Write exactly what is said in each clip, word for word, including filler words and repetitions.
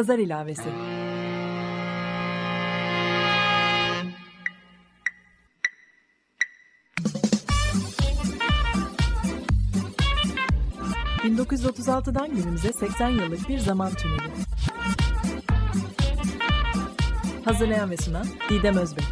Pazar ilavesi. bin dokuz yüz otuz altıdan günümüze seksen yıllık bir zaman tüneli. Hazırlayan ve sunan Didem Özbek.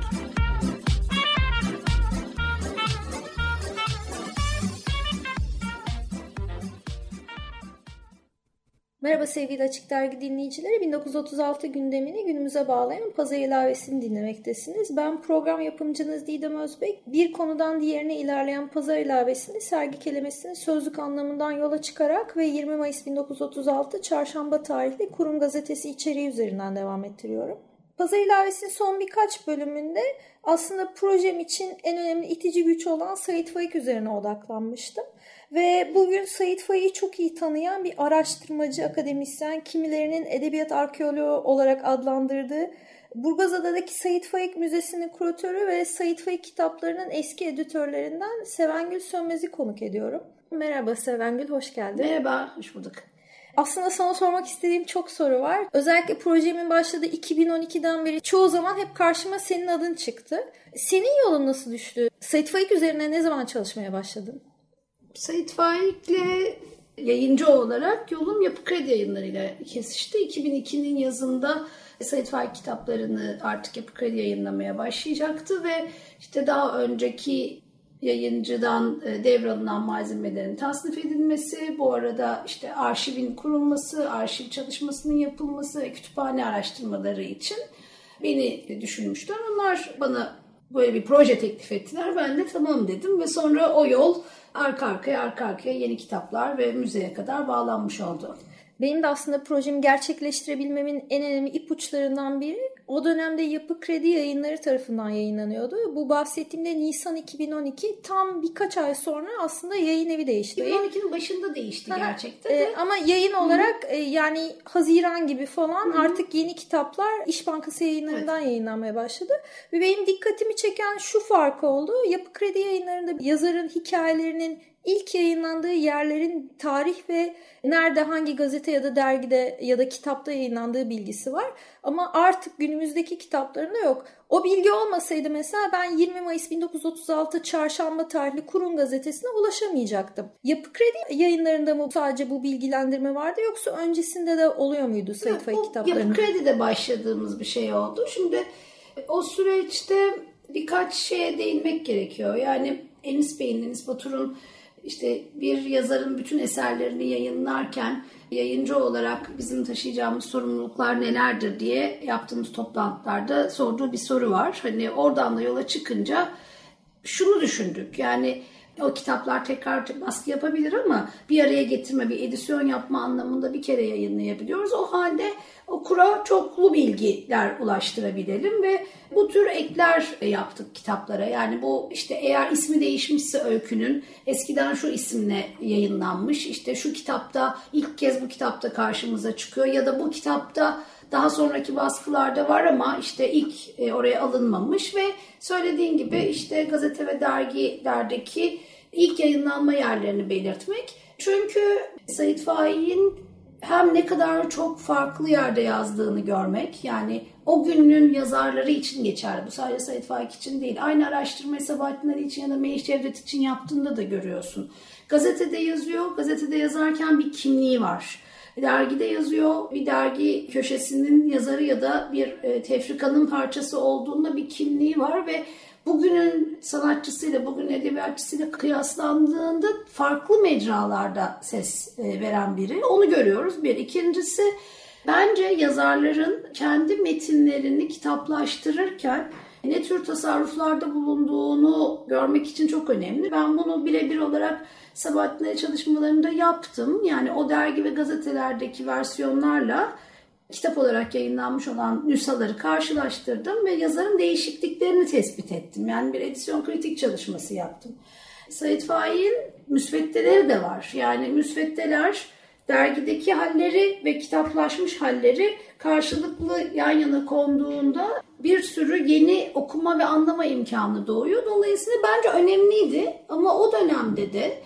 Merhaba sevgili Açık Dergi dinleyicileri. bin dokuz yüz otuz altı gündemini günümüze bağlayan Pazar ilavesini dinlemektesiniz. Ben program yapımcınız Didem Özbek. Bir konudan diğerine ilerleyen Pazar ilavesini sergi kelimesinin sözlük anlamından yola çıkarak ve yirmi Mayıs bin dokuz yüz otuz altı Çarşamba tarihli Kurum Gazetesi içeriği üzerinden devam ettiriyorum. Pazar ilavesinin son birkaç bölümünde aslında projem için en önemli itici güç olan Sait Faik üzerine odaklanmıştım. Ve bugün Sait Faik'i çok iyi tanıyan bir araştırmacı, akademisyen, kimilerinin edebiyat arkeoloğu olarak adlandırdığı Burgazada'daki Sait Faik Müzesi'nin kuratörü ve Sait Faik kitaplarının eski editörlerinden Sevengül Sönmez'i konuk ediyorum. Merhaba Sevengül, hoş geldin. Merhaba, hoş bulduk. Aslında sana sormak istediğim çok soru var. Özellikle projemin başladığı iki bin on ikiden beri çoğu zaman hep karşıma senin adın çıktı. Senin yolun nasıl düştü? Sait Faik üzerine ne zaman çalışmaya başladın? Sait Faik'le yayıncı olarak yolum Yapı Kredi Yayınları'yla kesişti. iki bin ikinin yazında Sait Faik kitaplarını artık Yapı Kredi yayınlamaya başlayacaktı ve işte daha önceki yayıncıdan devralınan malzemelerin tasnif edilmesi, bu arada işte arşivin kurulması, arşiv çalışmasının yapılması ve kütüphane araştırmaları için beni düşünmüşler. Onlar bana böyle bir proje teklif ettiler. Ben de tamam dedim ve sonra o yol arka arkaya arka arkaya yeni kitaplar ve müzeye kadar bağlanmış oldu. Benim de aslında projemi gerçekleştirebilmemin en önemli ipuçlarından biri o dönemde Yapı Kredi Yayınları tarafından yayınlanıyordu. Bu bahsettiğimde Nisan iki bin on iki, tam birkaç ay sonra aslında yayın evi değişti. iki bin on ikinin başında değişti gerçekten. E, ama yayın Hı-hı. olarak e, yani Haziran gibi falan Hı-hı. artık yeni kitaplar İş Bankası Yayınları'ndan evet. yayınlanmaya başladı. Ve benim dikkatimi çeken şu fark oldu. Yapı Kredi Yayınları'nda yazarın hikayelerinin İlk yayınlandığı yerlerin tarih ve nerede, hangi gazete ya da dergide ya da kitapta yayınlandığı bilgisi var. Ama artık günümüzdeki kitaplarında yok. O bilgi olmasaydı mesela ben yirmi Mayıs bin dokuz yüz otuz altı Çarşamba tarihli Kurum Gazetesi'ne ulaşamayacaktım. Yapı Kredi Yayınları'nda mı sadece bu bilgilendirme vardı, yoksa öncesinde de oluyor muydu Sait Faik kitaplarının? Yapı Kredi'de başladığımız bir şey oldu. Şimdi o süreçte birkaç şeye değinmek gerekiyor. Yani Enis Bey'in, Enis Batur'un İşte bir yazarın bütün eserlerini yayınlarken yayıncı olarak bizim taşıyacağımız sorumluluklar nelerdir diye yaptığımız toplantılarda sorduğu bir soru var. Hani oradan da yola çıkınca şunu düşündük. Yani o kitaplar tekrar baskı yapabilir ama bir araya getirme, bir edisyon yapma anlamında bir kere yayınlayabiliyoruz. O halde okura çoklu bilgiler ulaştırabilelim ve bu tür ekler yaptık kitaplara. Yani bu işte eğer ismi değişmişse öykünün eskiden şu isimle yayınlanmış, işte şu kitapta ilk kez bu kitapta karşımıza çıkıyor ya da bu kitapta daha sonraki baskılarda var ama işte ilk oraya alınmamış ve söylediğin gibi işte gazete ve dergilerdeki ilk yayınlanma yerlerini belirtmek. Çünkü Sait Faik'in hem ne kadar çok farklı yerde yazdığını görmek, yani o günün yazarları için geçerli. Bu sadece Sait Faik için değil. Aynı araştırmayı Sabahattin Ali için ya da Meriç Cevdet için yaptığında da görüyorsun. Gazetede yazıyor, gazetede yazarken bir kimliği var. Dergide yazıyor, bir dergi köşesinin yazarı ya da bir tefrikanın parçası olduğunda bir kimliği var ve bugünün sanatçısıyla, bugünün edebiyatçısıyla kıyaslandığında farklı mecralarda ses veren biri. Onu görüyoruz bir. İkincisi, bence yazarların kendi metinlerini kitaplaştırırken ne tür tasarruflarda bulunduğunu görmek için çok önemli. Ben bunu birebir olarak Sabahattin Ali çalışmalarında yaptım. Yani o dergi ve gazetelerdeki versiyonlarla kitap olarak yayınlanmış olan nüshaları karşılaştırdım ve yazarın değişikliklerini tespit ettim. Yani bir edisyon kritik çalışması yaptım. Sait Faik'in müsveddeleri de var. Yani müsveddeler dergideki halleri ve kitaplaşmış halleri karşılıklı yan yana konduğunda bir sürü yeni okuma ve anlama imkanı doğuyor. Dolayısıyla bence önemliydi ama o dönemde de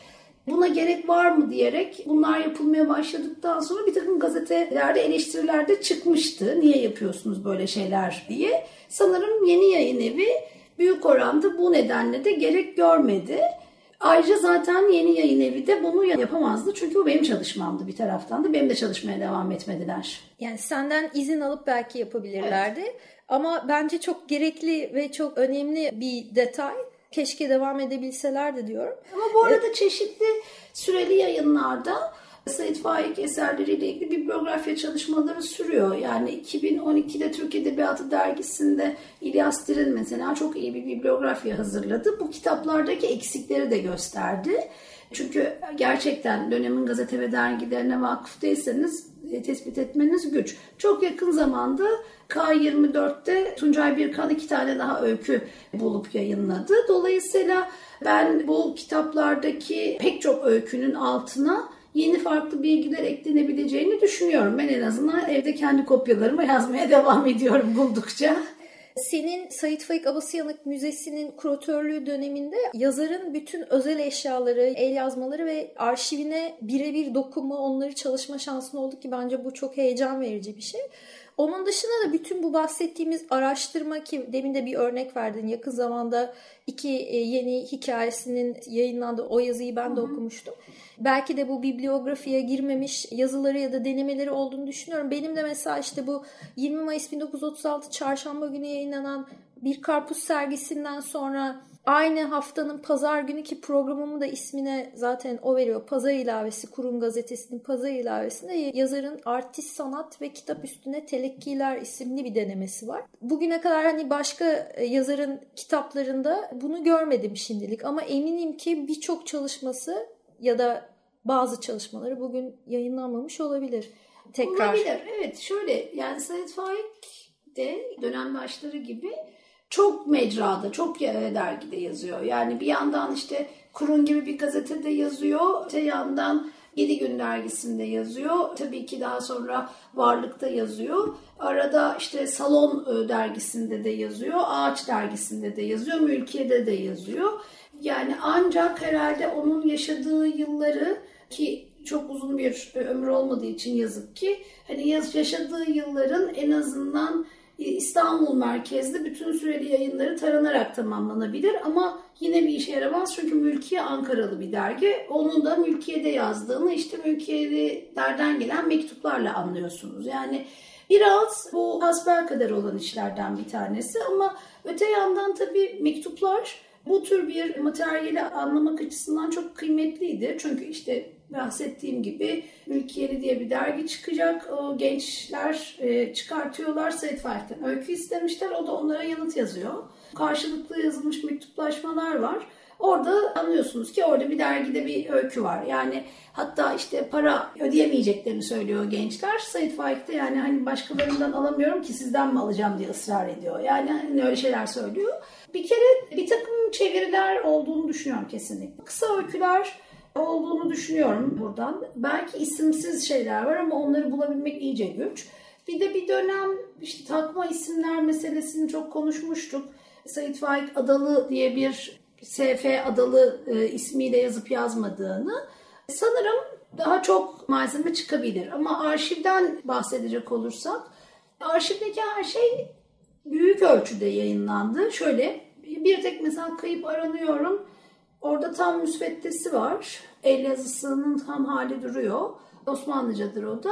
buna gerek var mı diyerek bunlar yapılmaya başladıktan sonra bir takım gazetelerde eleştiriler de çıkmıştı. Niye yapıyorsunuz böyle şeyler diye. Sanırım Yeni Yayın Evi büyük oranda bu nedenle de gerek görmedi. Ayrıca zaten Yeni Yayın Evi de bunu yapamazdı. Çünkü bu benim çalışmamdı bir taraftan da. Benim de çalışmaya devam etmediler. Yani senden izin alıp belki yapabilirlerdi. Evet. Ama bence çok gerekli ve çok önemli bir detay. Keşke devam edebilselerdi diyorum. Ama bu arada evet. Çeşitli süreli yayınlarda Sait Faik eserleriyle ilgili bibliografya çalışmaları sürüyor. Yani iki bin on ikide Türk Edebiyatı Dergisi'nde İlyas Dirin mesela çok iyi bir bibliografya hazırladı. Bu kitaplardaki eksikleri de gösterdi. Çünkü gerçekten dönemin gazete ve dergilerine vakıf değilseniz tespit etmeniz güç. Çok yakın zamanda K yirmi dörtte Tuncay Birkan iki tane daha öykü bulup yayınladı. Dolayısıyla ben bu kitaplardaki pek çok öykünün altına yeni farklı bilgiler eklenebileceğini düşünüyorum. Ben en azından evde kendi kopyalarımı yazmaya devam ediyorum buldukça. Senin Sait Faik Abasıyanık Müzesi'nin kuratörlüğü döneminde yazarın bütün özel eşyaları, el yazmaları ve arşivine birebir dokunma, onları çalışma şansın oldu ki bence bu çok heyecan verici bir şey. Onun dışında da bütün bu bahsettiğimiz araştırma ki demin de bir örnek verdin. Yakın zamanda iki yeni hikayesinin yayınlandığı o yazıyı ben de Hı-hı. okumuştum. Belki de bu bibliografiye girmemiş yazıları ya da denemeleri olduğunu düşünüyorum. Benim de mesela işte bu yirmi Mayıs bin dokuz yüz otuz altı Çarşamba günü yayınlanan Bir Karpuz sergisinden sonra aynı haftanın pazar günü ki programımı da ismine zaten o veriyor. Pazar ilavesi, Kurum Gazetesi'nin pazar ilavesinde yazarın Artist Sanat ve Kitap Üstüne Telekkiler isimli bir denemesi var. Bugüne kadar hani başka yazarın kitaplarında bunu görmedim şimdilik ama eminim ki birçok çalışması ya da bazı çalışmaları bugün yayınlanmamış olabilir. Tekrar. Olabilir. Evet şöyle yani Sait Faik de dönem başları gibi çok mecrada, çok dergide yazıyor. Yani bir yandan işte Kurun gibi bir gazetede yazıyor. Öte yandan Yedi Gün dergisinde yazıyor. Tabii ki daha sonra Varlık'ta yazıyor. Arada işte Salon dergisinde de yazıyor. Ağaç dergisinde de yazıyor. Mülkiye'de de yazıyor. Yani ancak herhalde onun yaşadığı yılları ki çok uzun bir ömrü olmadığı için yazık ki hani yaşadığı yılların en azından İstanbul merkezli bütün süreli yayınları taranarak tamamlanabilir ama yine bir işe yaramaz çünkü Mülkiye Ankaralı bir dergi. Onun da Mülkiye'de yazdığını işte Mülkiye'lerden gelen mektuplarla anlıyorsunuz. Yani biraz bu hasbelkader olan işlerden bir tanesi ama öte yandan tabii mektuplar bu tür bir materyali anlamak açısından çok kıymetliydi. Çünkü işte bahsettiğim gibi Mülkiyeli diye bir dergi çıkacak. O gençler e, çıkartıyorlar. Sait Faik'ten öykü istemişler. O da onlara yanıt yazıyor. Karşılıklı yazılmış mektuplaşmalar var. Orada anlıyorsunuz ki orada bir dergide bir öykü var. Yani hatta işte para ödeyemeyeceklerini söylüyor gençler. Sait Faik de yani hani başkalarından alamıyorum ki sizden mi alacağım diye ısrar ediyor. Yani hani öyle şeyler söylüyor. Bir kere bir takım çeviriler olduğunu düşünüyorum kesinlikle. Kısa öyküler olduğunu düşünüyorum buradan. Belki isimsiz şeyler var ama onları bulabilmek iyice güç. Bir de bir dönem işte takma isimler meselesini çok konuşmuştuk. Sait Faik Adalı diye bir S F Adalı e, ismiyle yazıp yazmadığını. Sanırım daha çok malzeme çıkabilir. Ama arşivden bahsedecek olursak, arşivdeki her şey büyük ölçüde yayınlandı. Şöyle bir tek mesela Kayıp Aranıyorum. Orada tam müsveddesi var. El yazısının tam hali duruyor. Osmanlıcadır o da.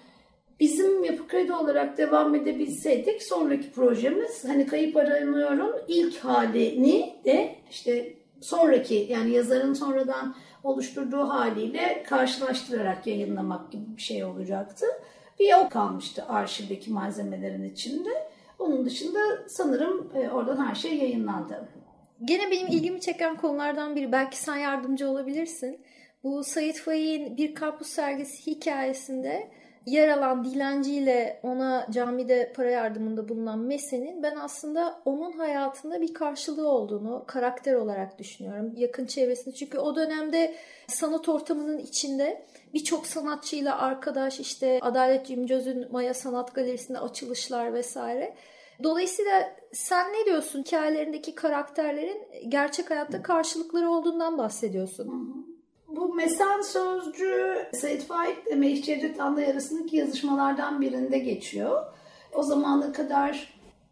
Bizim Yapı Kredi olarak devam edebilseydik sonraki projemiz hani Kayıp Aranıyorum ilk halini de işte sonraki yani yazarın sonradan oluşturduğu haliyle karşılaştırarak yayınlamak gibi bir şey olacaktı. Bir o kalmıştı arşivdeki malzemelerin içinde. Onun dışında sanırım oradan her şey yayınlandı. Gene benim ilgimi çeken konulardan biri, belki sen yardımcı olabilirsin. Bu Sait Faik'in Bir Karpuz sergisi hikayesinde yer alan dilenciyle ona camide para yardımında bulunan Mesen'in ben aslında onun hayatında bir karşılığı olduğunu karakter olarak düşünüyorum. Yakın çevresinde, çünkü o dönemde sanat ortamının içinde birçok sanatçıyla arkadaş, işte Adalet Cimcöz'ün Maya Sanat Galerisi'nde açılışlar vesaire. Dolayısıyla sen ne diyorsun? Hikayelerindeki karakterlerin gerçek hayatta karşılıkları olduğundan bahsediyorsun. Bu Mesen sözcüğü Said Faik ile Mecit Cevdet Anday arasındaki yazışmalardan birinde geçiyor. O zamana kadar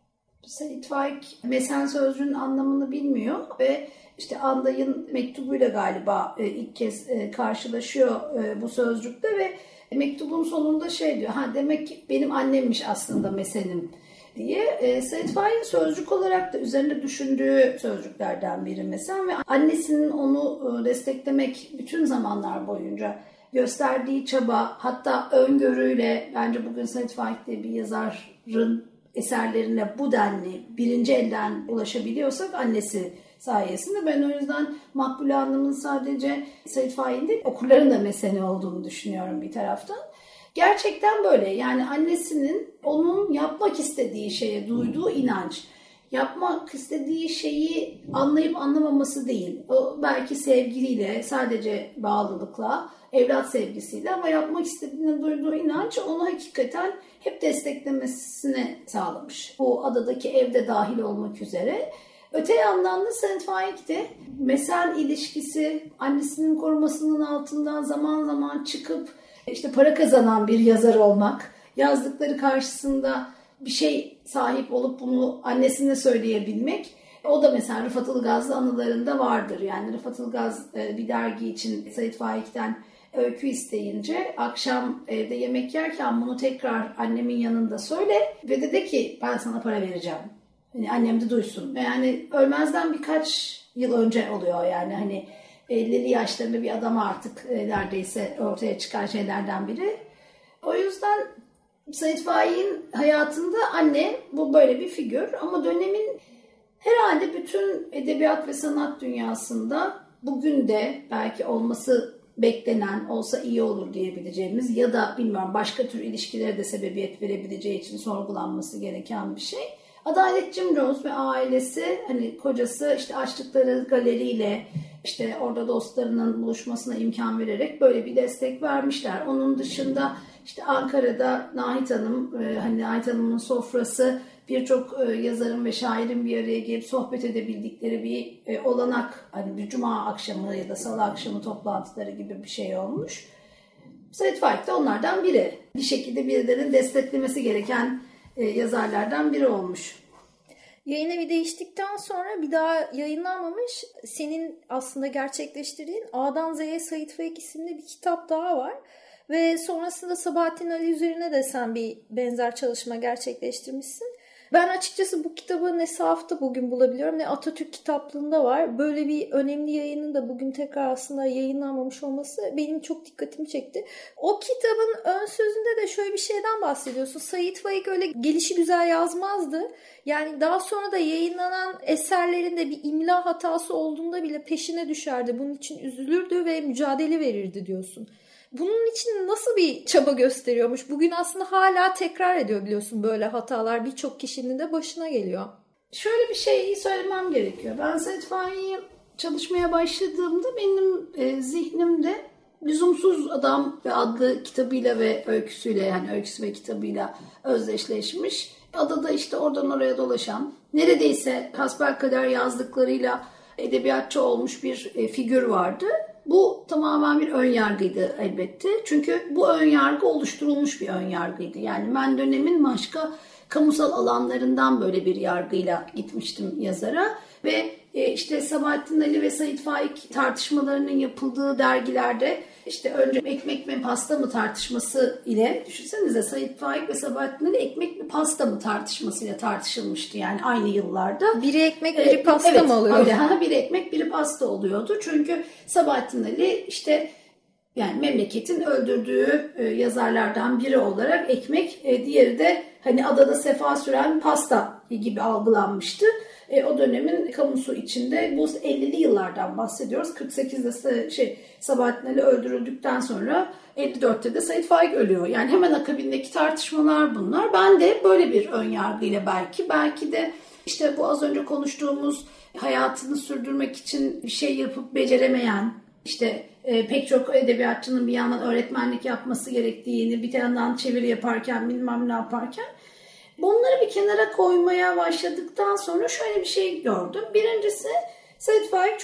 Said Faik Mesen sözcüğünün anlamını bilmiyor ve işte Anday'ın mektubuyla galiba ilk kez karşılaşıyor bu sözcükte ve mektubun sonunda şey diyor, ha demek ki benim annemmiş aslında Mesen'im diye. E, Said Faik'in sözcük olarak da üzerinde düşündüğü sözcüklerden biri Mesen ve annesinin onu desteklemek bütün zamanlar boyunca gösterdiği çaba, hatta öngörüyle bence bugün Said Faik diye bir yazarın eserlerine bu denli birinci elden ulaşabiliyorsak annesi sayesinde. Ben o yüzden Makbule Hanım'ın sadece Said Faik'in değil, okurların da Mesen'i olduğunu düşünüyorum bir taraftan. Gerçekten böyle, yani annesinin onun yapmak istediği şeye duyduğu inanç, yapmak istediği şeyi anlayıp anlamaması değil. O belki sevgiliyle, sadece bağlılıkla, evlat sevgisiyle, ama yapmak istediğine duyduğu inanç onu hakikaten hep desteklemesini sağlamış. Bu adadaki evde dahil olmak üzere. Öte yandan da Said Faik de Mesen ilişkisi, annesinin korumasının altından zaman zaman çıkıp işte para kazanan bir yazar olmak, yazdıkları karşısında bir şey sahip olup bunu annesine söyleyebilmek, o da mesela Rıfat Ilgaz'lı anılarında vardır. Yani Rıfat Ilgaz bir dergi için Said Faik'ten öykü isteyince akşam evde yemek yerken bunu tekrar annemin yanında söyle ve de de ki ben sana para vereceğim. Yani annem de duysun. Yani ölmezden birkaç yıl önce oluyor yani hani ellili yaşlarında bir adam artık neredeyse ortaya çıkan şeylerden biri. O yüzden Said Faik'in hayatında anne bu böyle bir figür, ama dönemin herhalde bütün edebiyat ve sanat dünyasında bugün de belki olması beklenen, olsa iyi olur diyebileceğimiz ya da bilmiyorum başka tür ilişkilere de sebebiyet verebileceği için sorgulanması gereken bir şey. Adalet Cimroz ve ailesi, hani kocası işte açtıkları galeriyle işte orada dostlarının buluşmasına imkan vererek böyle bir destek vermişler. Onun dışında işte Ankara'da Nahit Hanım, hani Nahit Hanım'ın sofrası birçok yazarın ve şairin bir araya gelip sohbet edebildikleri bir olanak. Hani bir cuma akşamı ya da salı akşamı toplantıları gibi bir şey olmuş. Said Faik de onlardan biri. Bir şekilde birilerinin desteklemesi gereken yazarlardan biri olmuş. Yayın evi değiştikten sonra bir daha yayınlanmamış, senin aslında gerçekleştirdiğin A'dan Z'ye Said Faik isimli bir kitap daha var. Ve sonrasında Sabahattin Ali üzerine de sen bir benzer çalışma gerçekleştirmişsin. Ben açıkçası bu kitabı ne sahafta bugün bulabiliyorum ne Atatürk kitaplığında var. Böyle bir önemli yayının da bugün tekrar aslında yayınlanmamış olması benim çok dikkatimi çekti. O kitabın ön sözünde de şöyle bir şeyden bahsediyorsun. Said Faik öyle gelişigüzel yazmazdı. Yani daha sonra da yayınlanan eserlerinde bir imla hatası olduğunda bile peşine düşerdi. Bunun için üzülürdü ve mücadele verirdi diyorsun. Bunun için nasıl bir çaba gösteriyormuş? Bugün aslında hala tekrar ediyor biliyorsun böyle hatalar. Birçok kişinin de başına geliyor. Şöyle bir şey söylemem gerekiyor. Ben Said Faik'i çalışmaya başladığımda benim e, zihnimde Lüzumsuz Adam ve adlı kitabıyla ve öyküsüyle, yani öyküsü ve kitabıyla özdeşleşmiş. Adada işte oradan oraya dolaşan, neredeyse hasbelkader yazdıklarıyla edebiyatçı olmuş bir e, figür vardı. Bu tamamen bir ön yargıydı elbette. Çünkü bu ön yargı oluşturulmuş bir ön yargıydı. Yani ben dönemin başka kamusal alanlarından böyle bir yargıyla gitmiştim yazara. Ve işte Sabahattin Ali ve Said Faik tartışmalarının yapıldığı dergilerde işte önce ekmek mi pasta mı tartışması ile, düşünsenize Said Faik ve Sabahattin Ali ekmek mi pasta mı tartışmasıyla tartışılmıştı yani aynı yıllarda. Biri ekmek biri pasta evet, mı oluyor? Öyle, biri ekmek biri pasta oluyordu. Çünkü Sabahattin Ali işte yani memleketin öldürdüğü yazarlardan biri olarak ekmek, diğeri de hani adada sefa süren pasta gibi algılanmıştı. E, o dönemin kamusu içinde bu ellili yıllardan bahsediyoruz. kırk sekizde şey Sabahattin Ali öldürüldükten sonra elli dörtte de Said Faik ölüyor. Yani hemen akabindeki tartışmalar bunlar. Ben de böyle bir önyargıyla belki belki de işte bu az önce konuştuğumuz hayatını sürdürmek için bir şey yapıp beceremeyen, işte e, pek çok edebiyatçının bir yandan öğretmenlik yapması gerektiğini, bir yandan çeviri yaparken bilmem ne yaparken bunları bir kenara koymaya başladıktan sonra şöyle bir şey gördüm. Birincisi Said Faik çok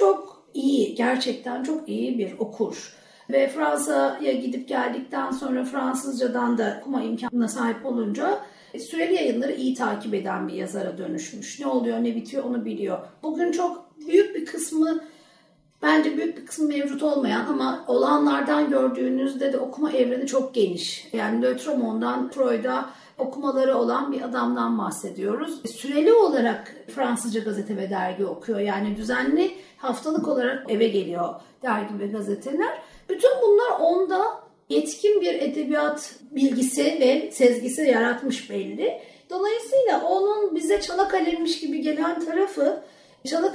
iyi, gerçekten çok iyi bir okur. Ve Fransa'ya gidip geldikten sonra Fransızcadan da okuma imkanına sahip olunca süreli yayınları iyi takip eden bir yazara dönüşmüş. Ne oluyor, ne bitiyor onu biliyor. Bugün çok büyük bir kısmı, bence büyük bir kısmı mevcut olmayan ama olanlardan gördüğünüzde de okuma evreni çok geniş. Yani Le Tremon'dan Freud'a okumaları olan bir adamdan bahsediyoruz. Süreli olarak Fransızca gazete ve dergi okuyor. Yani düzenli haftalık olarak eve geliyor dergi ve gazeteler. Bütün bunlar onda yetkin bir edebiyat bilgisi ve sezgisi yaratmış belli. Dolayısıyla onun bize çala kalemmiş gibi gelen tarafı çala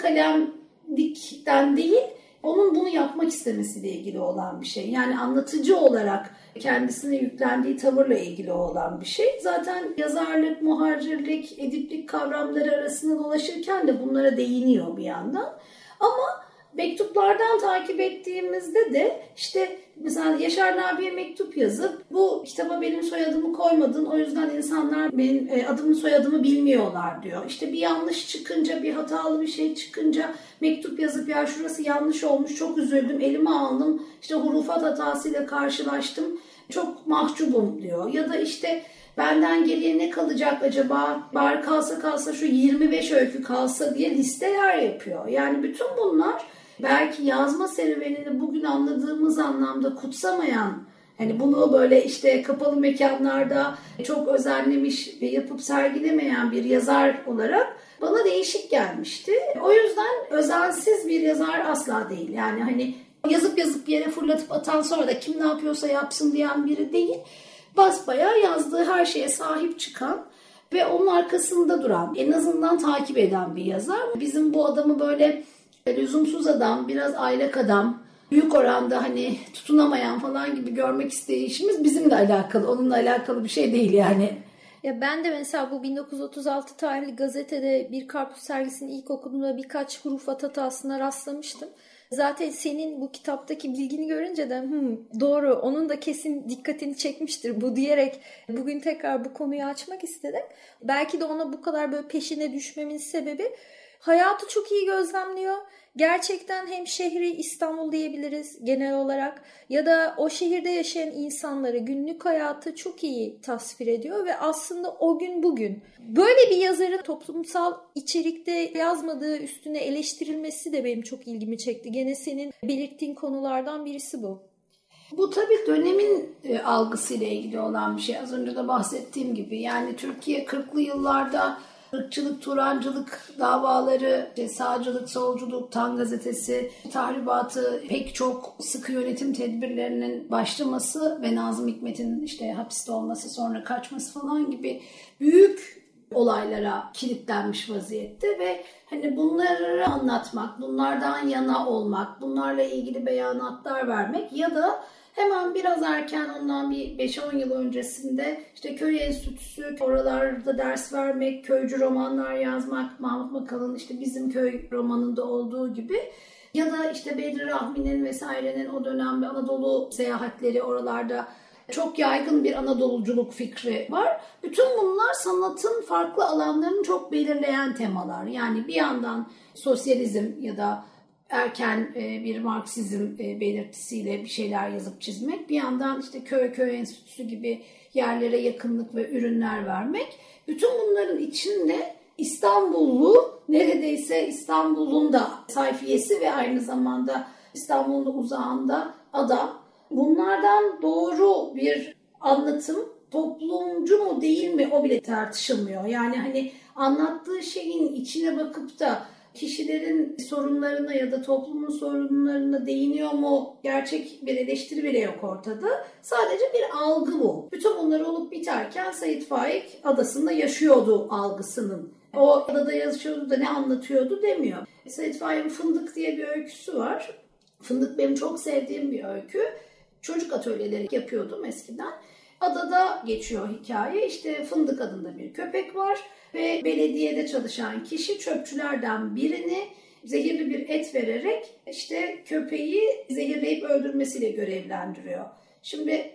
kalemlikten değil, onun bunu yapmak istemesiyle ilgili olan bir şey. Yani anlatıcı olarak kendisine yüklendiği tavırla ilgili olan bir şey. Zaten yazarlık, muharrirlik, ediplik kavramları arasında dolaşırken de bunlara değiniyor bir yandan. Ama mektuplardan takip ettiğimizde de işte mesela Yaşar Nabi'ye mektup yazıp bu kitaba benim soyadımı koymadın, o yüzden insanlar benim adımı soyadımı bilmiyorlar diyor. İşte bir yanlış çıkınca, bir hatalı bir şey çıkınca mektup yazıp ya şurası yanlış olmuş, çok üzüldüm, elime aldım, işte hurufat hatasıyla karşılaştım, çok mahcubum diyor. Ya da işte benden geriye ne kalacak acaba, bari kalsa kalsa şu yirmi beş öykü kalsa diye listeler yapıyor. Yani bütün bunlar belki yazma serüvenini bugün anladığımız anlamda kutsamayan, hani bunu böyle işte kapalı mekanlarda çok özenlemiş ve yapıp sergilemeyen bir yazar olarak bana değişik gelmişti. O yüzden özensiz bir yazar asla değil. Yani hani yazıp yazıp yere fırlatıp atan, sonra da kim ne yapıyorsa yapsın diyen biri değil. Basbayağı yazdığı her şeye sahip çıkan ve onun arkasında duran, en azından takip eden bir yazar. Bizim bu adamı böyle lüzumsuz adam, biraz aylak adam, büyük oranda hani tutunamayan falan gibi görmek isteyişimiz bizimle alakalı, onunla alakalı bir şey değil yani. Ya ben de mesela bu bin dokuz yüz otuz altı tarihli gazetede Bir Karpuz sergisini ilk okuduğumda birkaç hurufat hatasına rastlamıştım. Zaten senin bu kitaptaki bilgini görünce de hmm, doğru, onun da kesin dikkatini çekmiştir bu diyerek bugün tekrar bu konuyu açmak istedim. Belki de ona bu kadar böyle peşine düşmemin sebebi hayatı çok iyi gözlemliyor. Gerçekten hem şehri İstanbul diyebiliriz genel olarak ya da o şehirde yaşayan insanları, günlük hayatı çok iyi tasvir ediyor ve aslında o gün bugün. Böyle bir yazarın toplumsal içerikte yazmadığı üstüne eleştirilmesi de benim çok ilgimi çekti. Gene senin belirttiğin konulardan birisi bu. Bu tabii dönemin e, algısıyla ilgili olan bir şey. Az önce de bahsettiğim gibi yani Türkiye kırklı yıllarda ırkçılık, Turancılık davaları, sağcılık, solculuk, Tan gazetesi, tahribatı, pek çok sıkı yönetim tedbirlerinin başlaması ve Nazım Hikmet'in işte hapiste olması, sonra kaçması falan gibi büyük olaylara kilitlenmiş vaziyette ve hani bunları anlatmak, bunlardan yana olmak, bunlarla ilgili beyanatlar vermek ya da hemen biraz erken, ondan bir beş on yıl öncesinde işte köy enstitüsü, oralarda ders vermek, köycü romanlar yazmak, Mahmut Makal'ın işte Bizim Köy romanında olduğu gibi ya da işte Bedri Rahmi'nin vesairenin o dönemde Anadolu seyahatleri, oralarda çok yaygın bir Anadoluculuk fikri var. Bütün bunlar sanatın farklı alanlarını çok belirleyen temalar. Yani bir yandan sosyalizm ya da erken bir Marksizm belirtisiyle bir şeyler yazıp çizmek, bir yandan işte köy köy enstitüsü gibi yerlere yakınlık ve ürünler vermek. Bütün bunların içinde İstanbullu, neredeyse İstanbul'un da sayfiyesi ve aynı zamanda İstanbul'un uzağında adam. Bunlardan doğru bir anlatım toplumcu mu değil mi o bile tartışılmıyor. Yani hani anlattığı şeyin içine bakıp da kişilerin sorunlarına ya da toplumun sorunlarına değiniyor mu? Gerçek bir eleştiri bile yok ortada. Sadece bir algı bu. Bütün bunlar olup biterken Sait Faik adasında yaşıyordu algısının. O adada yaşıyordu da ne anlatıyordu demiyor. Sait Faik'in Fındık diye bir öyküsü var. Fındık benim çok sevdiğim bir öykü. Çocuk atölyeleri yapıyordum eskiden. Adada geçiyor hikaye. İşte Fındık adında bir köpek var. Ve belediyede çalışan kişi çöpçülerden birini zehirli bir et vererek işte köpeği zehirleyip öldürmesiyle görevlendiriyor. Şimdi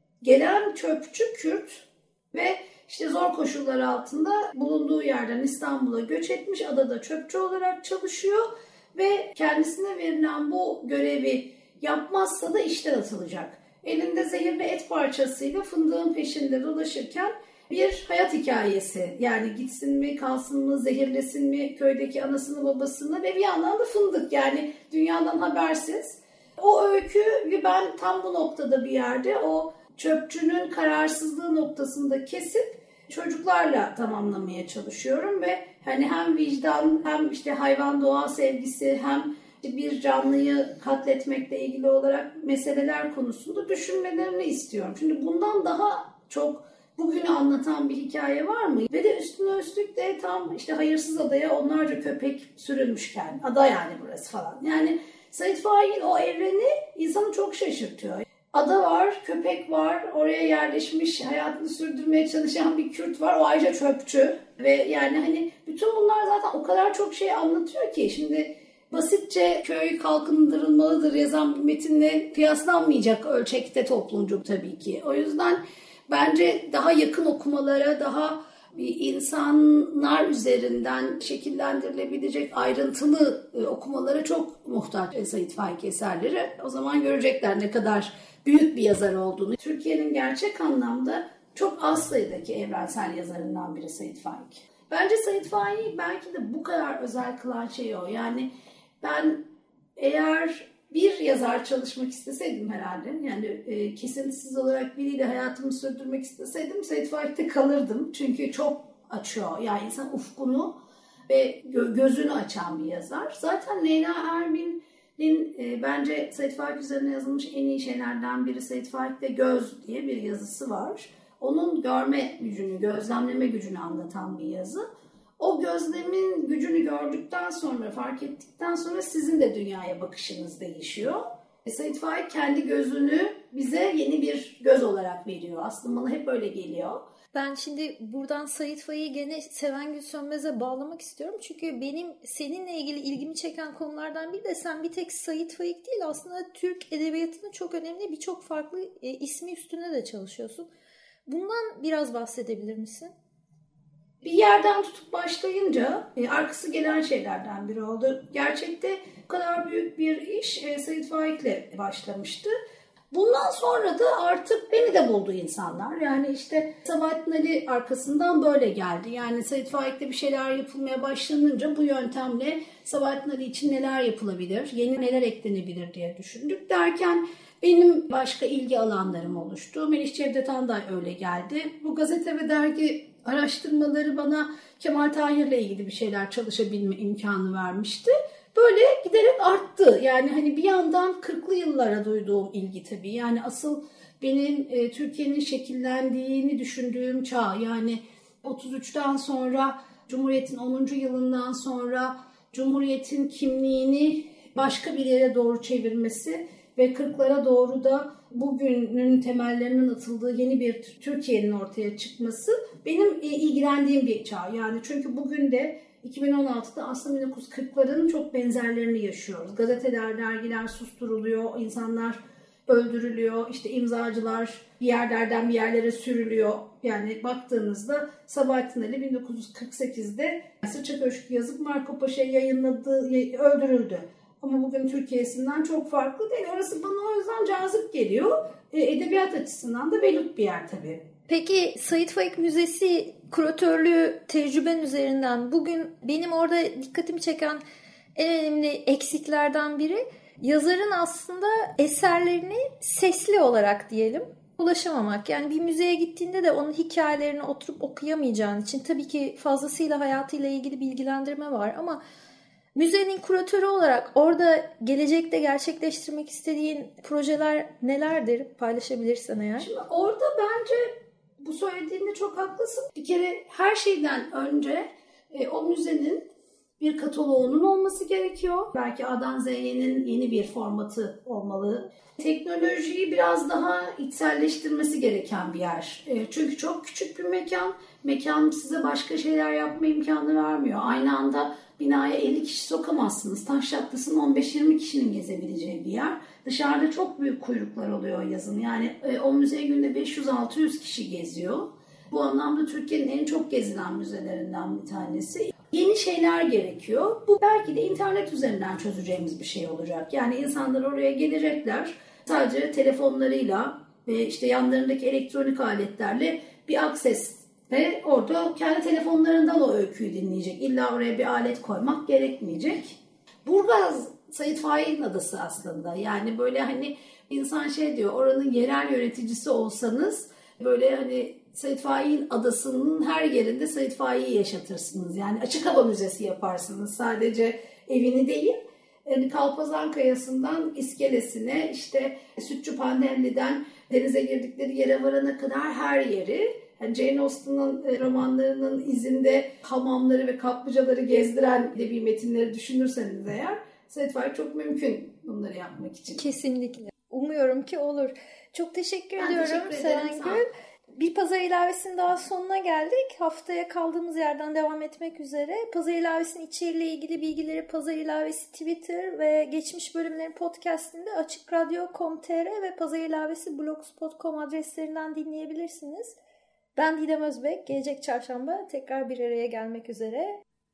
gelen çöpçü Kürt ve işte zor koşullar altında bulunduğu yerden İstanbul'a göç etmiş, adada çöpçü olarak çalışıyor ve kendisine verilen bu görevi yapmazsa da işten atılacak. Elinde zehirli et parçasıyla fındığın peşinde dolaşırken bir hayat hikayesi. Yani gitsin mi, kalsın mı, zehirlesin mi köydeki anasını babasını ve bir yandan da fındık, yani dünyadan habersiz. O öyküyü ben tam bu noktada bir yerde o çöpçünün kararsızlığı noktasında kesip çocuklarla tamamlamaya çalışıyorum ve hani hem vicdan hem işte hayvan doğa sevgisi hem bir canlıyı katletmekle ilgili olarak meseleler konusunda düşünmelerini istiyorum. Şimdi bundan daha çok bugünü anlatan bir hikaye var mı? Ve de üstüne üstlük de tam işte hayırsız adaya onlarca köpek sürülmüşken, ada yani burası falan. Yani Sait Faik'in o evreni insanı çok şaşırtıyor. Ada var, köpek var, oraya yerleşmiş, hayatını sürdürmeye çalışan bir Kürt var, o ayrıca çöpçü. Ve yani hani bütün bunlar zaten o kadar çok şey anlatıyor ki şimdi basitçe köy kalkındırılmalıdır yazan bir metinle kıyaslanmayacak ölçekte toplumcu tabii ki. O yüzden bence daha yakın okumalara, daha bir insanlar üzerinden şekillendirilebilecek ayrıntılı okumalara çok muhtaç Sait Faik eserleri. O zaman görecekler ne kadar büyük bir yazar olduğunu. Türkiye'nin gerçek anlamda çok az sayıdaki evrensel yazarından biri Sait Faik. Bence Sait Faik'i belki de bu kadar özel kılan şey o. Yani ben eğer bir yazar çalışmak isteseydim herhalde, yani e, kesintisiz olarak biriyle hayatımı sürdürmek isteseydim Sait Faik'te kalırdım. Çünkü çok açıyor. Yani insan ufkunu ve gö- gözünü açan bir yazar. Zaten Leyla Erbil'in e, bence Sait Faik üzerine yazılmış en iyi şeylerden biri Sait Faik'te Göz diye bir yazısı var. Onun görme gücünü, gözlemleme gücünü anlatan bir yazı. O gözlemin gücünü gördükten sonra, fark ettikten sonra sizin de dünyaya bakışınız değişiyor. E, Sait Faik kendi gözünü bize yeni bir göz olarak veriyor. Aslında bana hep öyle geliyor. Ben şimdi buradan Sait Faik'i gene Sevengül Sönmez'e bağlamak istiyorum. Çünkü benim seninle ilgili ilgimi çeken konulardan biri de sen bir tek Sait Faik değil, aslında Türk edebiyatının çok önemli birçok farklı e, ismi üstüne de çalışıyorsun. Bundan biraz bahsedebilir misin? Bir yerden tutup başlayınca e, arkası gelen şeylerden biri oldu. Gerçekte bu kadar büyük bir iş e, Sait Faik'le başlamıştı. Bundan sonra da artık beni de buldu insanlar. Yani işte Sabahattin Ali arkasından böyle geldi. Yani Sait Faik'le bir şeyler yapılmaya başlanınca bu yöntemle Sabahattin Ali için neler yapılabilir, yeni neler eklenebilir diye düşündük. Derken benim başka ilgi alanlarım oluştu. Meriç Cevdet Anday öyle geldi. Bu gazete ve dergi araştırmaları bana Kemal Tahir'le ilgili bir şeyler çalışabilme imkanı vermişti. Böyle giderek arttı. Yani hani bir yandan kırklı yıllara duyduğum ilgi tabii. Yani asıl benim e, Türkiye'nin şekillendiğini düşündüğüm çağ. Yani otuz üçten sonra Cumhuriyet'in onuncu yılından sonra Cumhuriyet'in kimliğini başka bir yere doğru çevirmesi ve kırklara doğru da bugünün temellerinin atıldığı yeni bir Türkiye'nin ortaya çıkması benim ilgilendiğim bir çağ. Yani çünkü bugün de iki bin on altıda aslında bin dokuz yüz kırkların çok benzerlerini yaşıyoruz. Gazeteler, dergiler susturuluyor, insanlar öldürülüyor, işte imzacılar bir yerlerden bir yerlere sürülüyor. Yani baktığınızda Sabahattin Ali bin dokuz yüz kırk sekizde Sırça Köşkü yazıp Marco Paşa'yı yayınladı, öldürüldü. Ama bugün Türkiye'sinden çok farklı değil. Orası bana o yüzden cazip geliyor. E, edebiyat açısından da velut bir yer tabii. Peki Sait Faik Müzesi küratörlüğü tecrüben üzerinden bugün benim orada dikkatimi çeken en önemli eksiklerden biri yazarın aslında eserlerini sesli olarak diyelim ulaşamamak. Yani bir müzeye gittiğinde de onun hikayelerini oturup okuyamayacağın için tabii ki fazlasıyla hayatıyla ilgili bilgilendirme var ama müzenin küratörü olarak orada gelecekte gerçekleştirmek istediğin projeler nelerdir? Paylaşabilirsen eğer. Şimdi orada bence bu söylediğinde çok haklısın. Bir kere her şeyden önce e, o müzenin bir kataloğunun olması gerekiyor. Belki A'dan Z'nin yeni bir formatı olmalı. Teknolojiyi biraz daha içselleştirmesi gereken bir yer. E, çünkü çok küçük bir mekan. Mekan size başka şeyler yapma imkanı vermiyor. Aynı anda binaya elli kişi sokamazsınız. Taş Çatlası'nın on beş yirmi kişinin gezebileceği bir yer. Dışarıda çok büyük kuyruklar oluyor yazın. Yani e, o müze günde beş yüz altı yüz kişi geziyor. Bu anlamda Türkiye'nin en çok gezilen müzelerinden bir tanesi. yeni şeyler gerekiyor. Bu belki de internet üzerinden çözeceğimiz bir şey olacak. Yani insanlar oraya gelecekler sadece telefonlarıyla ve işte yanlarındaki elektronik aletlerle bir akses ve orada kendi telefonlarından o öyküyü dinleyecek. İlla oraya bir alet koymak gerekmeyecek. Burgaz Sait Faik'in adası aslında. Yani böyle hani insan şey diyor, oranın yerel yöneticisi olsanız böyle hani Sait Faik'in adasının her yerinde Sait Faik'i yaşatırsınız. Yani açık hava müzesi yaparsınız. Sadece evini değil, yani Kalpazan Kayası'ndan iskelesine, işte Sütçü Pandemli'den denize girdikleri yere varana kadar her yeri, yani Jane Austen'ın romanlarının izinde hamamları ve kaplıcaları gezdiren edebi metinleri düşünürseniz eğer, Sait Faik çok mümkün bunları yapmak için. Kesinlikle. Umuyorum ki olur. Çok teşekkür ben ediyorum Serengül. Bir pazar ilavesinin daha sonuna geldik. Haftaya kaldığımız yerden devam etmek üzere. Pazar ilavesinin içeriğiyle ilgili bilgileri Pazar İlavesi Twitter ve geçmiş bölümlerin podcastinde açık radyo nokta com nokta tr ve Pazar İlavesi blogspot nokta com adreslerinden dinleyebilirsiniz. Ben Didem Özbek. Gelecek çarşamba tekrar bir araya gelmek üzere.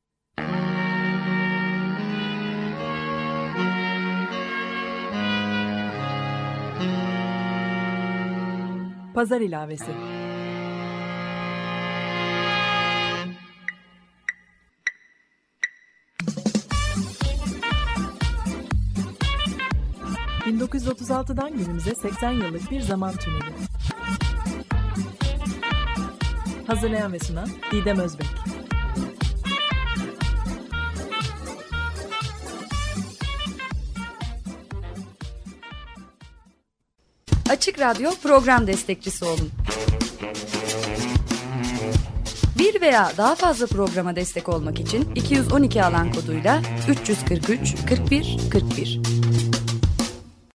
Pazar İlavesi. bin dokuz yüz otuz altıdan günümüze seksen yıllık bir zaman tüneli. Hazırlayan ve sunan Didem Özbek. Açık Radyo program destekçisi olun. Bir veya daha fazla programa destek olmak için iki yüz on iki alan koduyla üç yüz kırk üç kırk bir kırk bir